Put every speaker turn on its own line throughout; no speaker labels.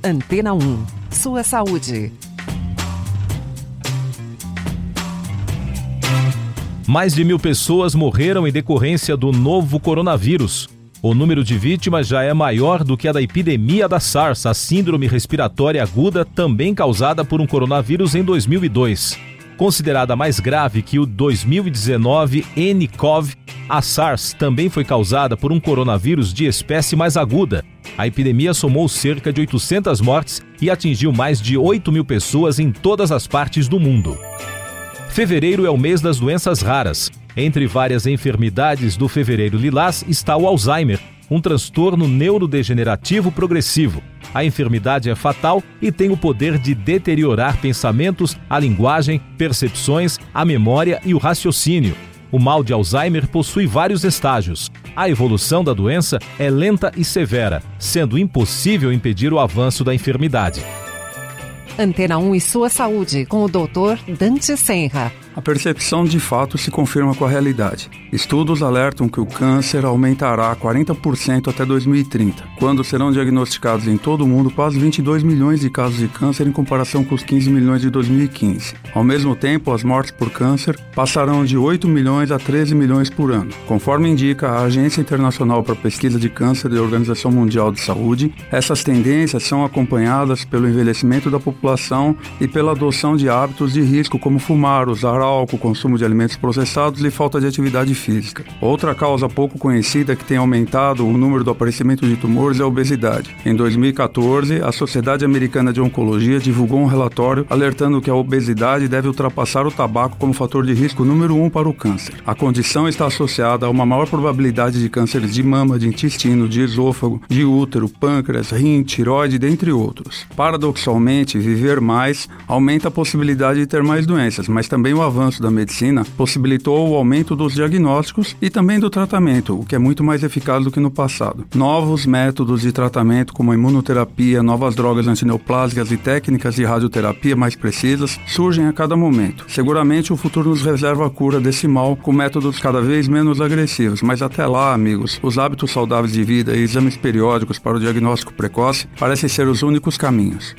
Antena 1. Sua saúde.
Mais de 1.000 pessoas morreram em decorrência do novo coronavírus. O número de vítimas já é maior do que a da epidemia da SARS, a síndrome respiratória aguda, também causada por um coronavírus em 2002. Considerada mais grave que o 2019 nCoV, a SARS também foi causada por um coronavírus de espécie mais aguda. A epidemia somou cerca de 800 mortes e atingiu mais de 8.000 pessoas em todas as partes do mundo. Fevereiro é o mês das doenças raras. Entre várias enfermidades do fevereiro lilás está o Alzheimer, um transtorno neurodegenerativo progressivo. A enfermidade é fatal e tem o poder de deteriorar pensamentos, a linguagem, percepções, a memória e o raciocínio. O mal de Alzheimer possui vários estágios. A evolução da doença é lenta e severa, sendo impossível impedir o avanço da enfermidade.
Antena 1 e sua saúde, com o Dr. Dante Senra.
A percepção de fato se confirma com a realidade. Estudos alertam que o câncer aumentará 40% até 2030, quando serão diagnosticados em todo o mundo quase 22 milhões de casos de câncer em comparação com os 15 milhões de 2015. Ao mesmo tempo, as mortes por câncer passarão de 8 milhões a 13 milhões por ano. Conforme indica a Agência Internacional para a Pesquisa de Câncer e a Organização Mundial de Saúde, essas tendências são acompanhadas pelo envelhecimento da população e pela adoção de hábitos de risco como fumar, usar álcool, consumo de alimentos processados e falta de atividade física. Outra causa pouco conhecida que tem aumentado o número do aparecimento de tumores é a obesidade. Em 2014, a Sociedade Americana de Oncologia divulgou um relatório alertando que a obesidade deve ultrapassar o tabaco como fator de risco número 1 para o câncer. A condição está associada a uma maior probabilidade de cânceres de mama, de intestino, de esôfago, de útero, pâncreas, rim, tireoide, dentre outros. Paradoxalmente, viver mais aumenta a possibilidade de ter mais doenças, mas também o avanço da medicina possibilitou o aumento dos diagnósticos e também do tratamento, o que é muito mais eficaz do que no passado. Novos métodos de tratamento, como a imunoterapia, novas drogas antineoplásicas e técnicas de radioterapia mais precisas, surgem a cada momento. Seguramente o futuro nos reserva a cura desse mal com métodos cada vez menos agressivos, mas até lá, amigos, os hábitos saudáveis de vida e exames periódicos para o diagnóstico precoce parecem ser os únicos caminhos.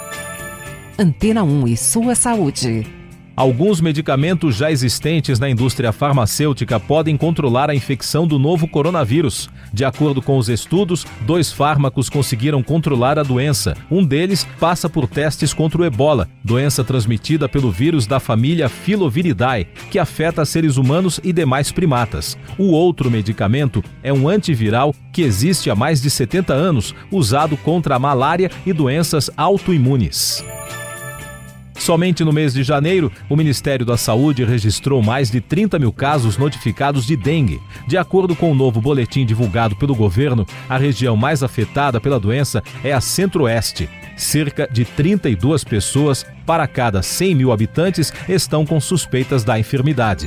Antena 1 e sua saúde.
Alguns medicamentos já existentes na indústria farmacêutica podem controlar a infecção do novo coronavírus. De acordo com os estudos, 2 fármacos conseguiram controlar a doença. Um deles passa por testes contra o ebola, doença transmitida pelo vírus da família Filoviridae, que afeta seres humanos e demais primatas. O outro medicamento é um antiviral que existe há mais de 70 anos, usado contra a malária e doenças autoimunes. Somente no mês de janeiro, o Ministério da Saúde registrou mais de 30 mil casos notificados de dengue. De acordo com o novo boletim divulgado pelo governo, a região mais afetada pela doença é a Centro-Oeste. Cerca de 32 pessoas para cada 100 mil habitantes estão com suspeitas da enfermidade.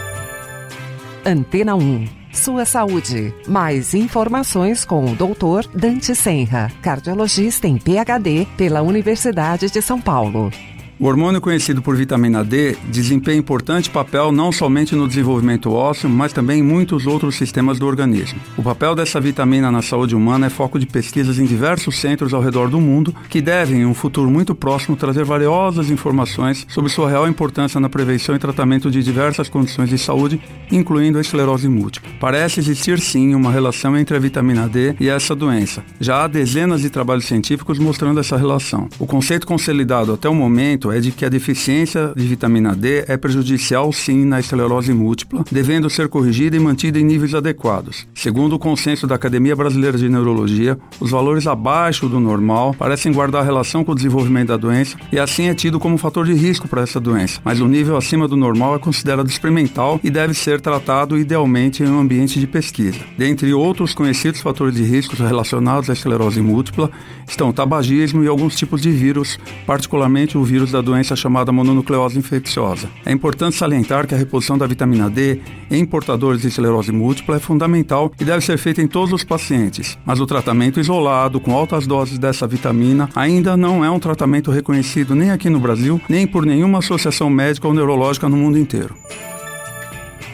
Antena 1. Sua saúde. Mais informações com o Dr. Dante Senra, cardiologista em PhD pela Universidade de São Paulo.
O hormônio conhecido por vitamina D desempenha importante papel não somente no desenvolvimento ósseo, mas também em muitos outros sistemas do organismo. O papel dessa vitamina na saúde humana é foco de pesquisas em diversos centros ao redor do mundo, que devem, em um futuro muito próximo, trazer valiosas informações sobre sua real importância na prevenção e tratamento de diversas condições de saúde, incluindo a esclerose múltipla. Parece existir, sim, uma relação entre a vitamina D e essa doença. Já há dezenas de trabalhos científicos mostrando essa relação. O conceito consolidado até o momento é de que a deficiência de vitamina D é prejudicial sim na esclerose múltipla, devendo ser corrigida e mantida em níveis adequados. Segundo o consenso da Academia Brasileira de Neurologia, os valores abaixo do normal parecem guardar relação com o desenvolvimento da doença e assim é tido como fator de risco para essa doença, mas o nível acima do normal é considerado experimental e deve ser tratado idealmente em um ambiente de pesquisa. Dentre outros conhecidos fatores de risco relacionados à esclerose múltipla estão o tabagismo e alguns tipos de vírus, particularmente o vírus da doença chamada mononucleose infecciosa. É importante salientar que a reposição da vitamina D em portadores de esclerose múltipla é fundamental e deve ser feita em todos os pacientes, mas o tratamento isolado com altas doses dessa vitamina ainda não é um tratamento reconhecido nem aqui no Brasil, nem por nenhuma associação médica ou neurológica no mundo inteiro.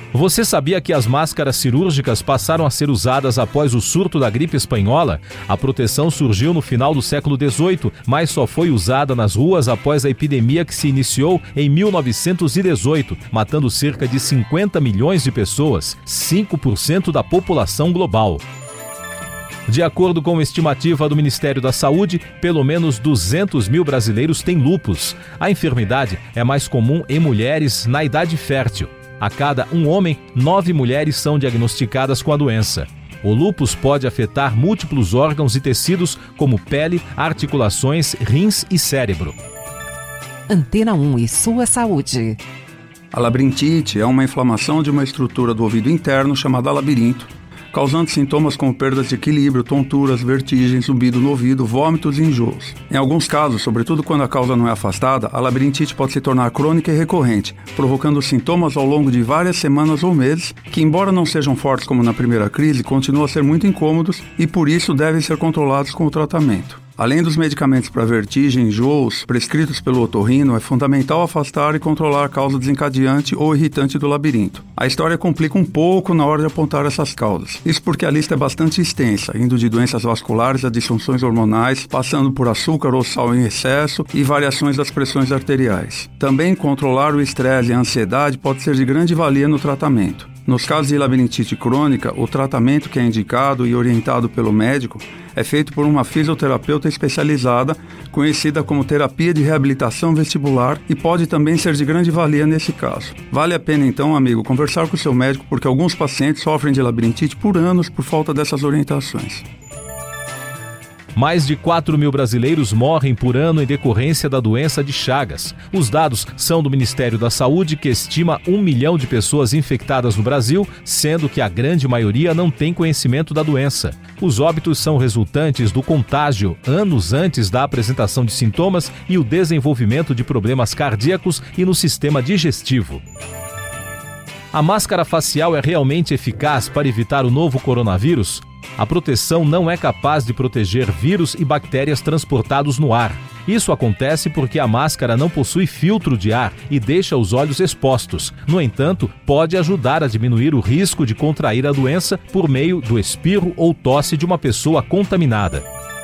Você sabia que as máscaras cirúrgicas passaram a ser usadas após o surto da gripe espanhola? A proteção surgiu no final do século XVIII, mas só foi usada nas ruas após a epidemia que se iniciou em 1918, matando cerca de 50 milhões de pessoas, 5% da população global. De acordo com a estimativa do Ministério da Saúde, pelo menos 200 mil brasileiros têm lúpus. A enfermidade é mais comum em mulheres na idade fértil. A cada um homem, 9 mulheres são diagnosticadas com a doença. O lúpus pode afetar múltiplos órgãos e tecidos, como pele, articulações, rins e cérebro.
Antena 1 e sua saúde.
A labirintite é uma inflamação de uma estrutura do ouvido interno chamada labirinto, causando sintomas como perdas de equilíbrio, tonturas, vertigens, zumbido no ouvido, vômitos e enjoos. Em alguns casos, sobretudo quando a causa não é afastada, a labirintite pode se tornar crônica e recorrente, provocando sintomas ao longo de várias semanas ou meses, que, embora não sejam fortes como na primeira crise, continuam a ser muito incômodos e, por isso, devem ser controlados com o tratamento. Além dos medicamentos para vertigem e enjoos prescritos pelo otorrino, é fundamental afastar e controlar a causa desencadeante ou irritante do labirinto. A história complica um pouco na hora de apontar essas causas. Isso porque a lista é bastante extensa, indo de doenças vasculares a disfunções hormonais, passando por açúcar ou sal em excesso e variações das pressões arteriais. Também controlar o estresse e a ansiedade pode ser de grande valia no tratamento. Nos casos de labirintite crônica, o tratamento que é indicado e orientado pelo médico é feito por uma fisioterapeuta especializada, conhecida como terapia de reabilitação vestibular, e pode também ser de grande valia nesse caso. Vale a pena então, amigo, conversar com o seu médico, porque alguns pacientes sofrem de labirintite por anos por falta dessas orientações.
Mais de 4 mil brasileiros morrem por ano em decorrência da doença de Chagas. Os dados são do Ministério da Saúde, que estima 1 milhão de pessoas infectadas no Brasil, sendo que a grande maioria não tem conhecimento da doença. Os óbitos são resultantes do contágio anos antes da apresentação de sintomas e o desenvolvimento de problemas cardíacos e no sistema digestivo. A máscara facial é realmente eficaz para evitar o novo coronavírus? A proteção não é capaz de proteger vírus e bactérias transportados no ar. Isso acontece porque a máscara não possui filtro de ar e deixa os olhos expostos. No entanto, pode ajudar a diminuir o risco de contrair a doença por meio do espirro ou tosse de uma pessoa contaminada.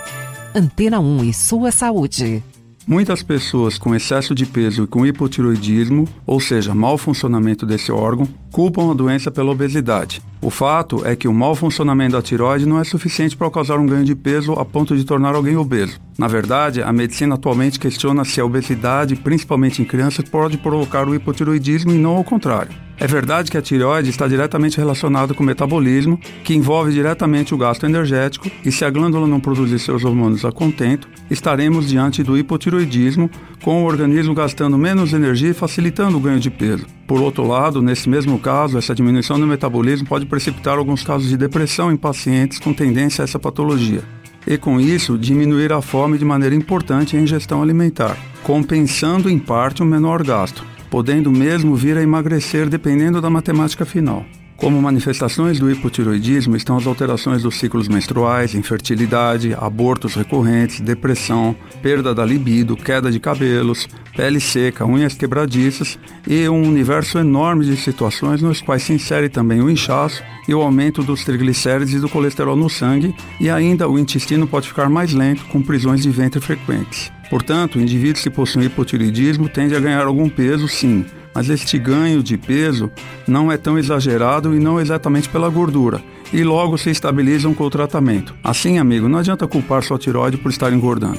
Antena 1 e sua saúde.
Muitas pessoas com excesso de peso e com hipotiroidismo, ou seja, mau funcionamento desse órgão, culpam a doença pela obesidade. O fato é que o mau funcionamento da tireoide não é suficiente para causar um ganho de peso a ponto de tornar alguém obeso. Na verdade, a medicina atualmente questiona se a obesidade, principalmente em crianças, pode provocar o hipotiroidismo e não ao contrário. É verdade que a tireoide está diretamente relacionada com o metabolismo, que envolve diretamente o gasto energético, e se a glândula não produzir seus hormônios a contento, estaremos diante do hipotiroidismo, com o organismo gastando menos energia e facilitando o ganho de peso. Por outro lado, nesse mesmo caso, essa diminuição do metabolismo pode precipitar alguns casos de depressão em pacientes com tendência a essa patologia. E com isso, diminuir a fome de maneira importante em ingestão alimentar, compensando em parte o menor gasto, podendo mesmo vir a emagrecer dependendo da matemática final. Como manifestações do hipotiroidismo estão as alterações dos ciclos menstruais, infertilidade, abortos recorrentes, depressão, perda da libido, queda de cabelos, pele seca, unhas quebradiças e um universo enorme de situações nos quais se insere também o inchaço e o aumento dos triglicérides e do colesterol no sangue, e ainda o intestino pode ficar mais lento, com prisões de ventre frequentes. Portanto, indivíduos que possuem hipotiroidismo tendem a ganhar algum peso, sim, mas este ganho de peso não é tão exagerado e não exatamente pela gordura, e logo se estabilizam com o tratamento. Assim, amigo, não adianta culpar sua tireoide por estar engordando.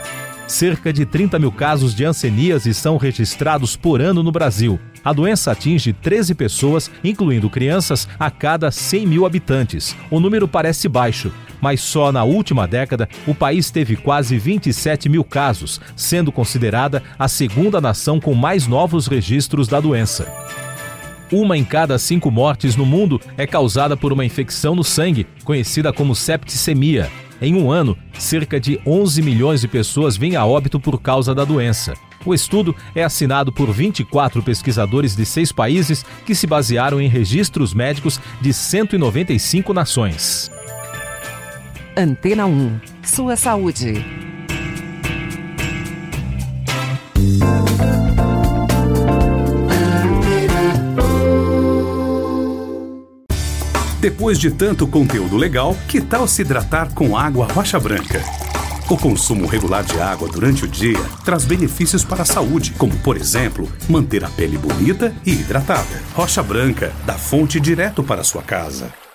Cerca de 30 mil casos de hanseníase são registrados por ano no Brasil. A doença atinge 13 pessoas, incluindo crianças, a cada 100 mil habitantes. O número parece baixo, mas só na última década o país teve quase 27 mil casos, sendo considerada a segunda nação com mais novos registros da doença. 1 em cada 5 mortes no mundo é causada por uma infecção no sangue, conhecida como septicemia. Em um ano, cerca de 11 milhões de pessoas vêm a óbito por causa da doença. O estudo é assinado por 24 pesquisadores de 6 países que se basearam em registros médicos de 195 nações.
Antena 1. Sua saúde.
Depois de tanto conteúdo legal, que tal se hidratar com água Rocha Branca? O consumo regular de água durante o dia traz benefícios para a saúde, como, por exemplo, manter a pele bonita e hidratada. Rocha Branca, da fonte direto para a sua casa.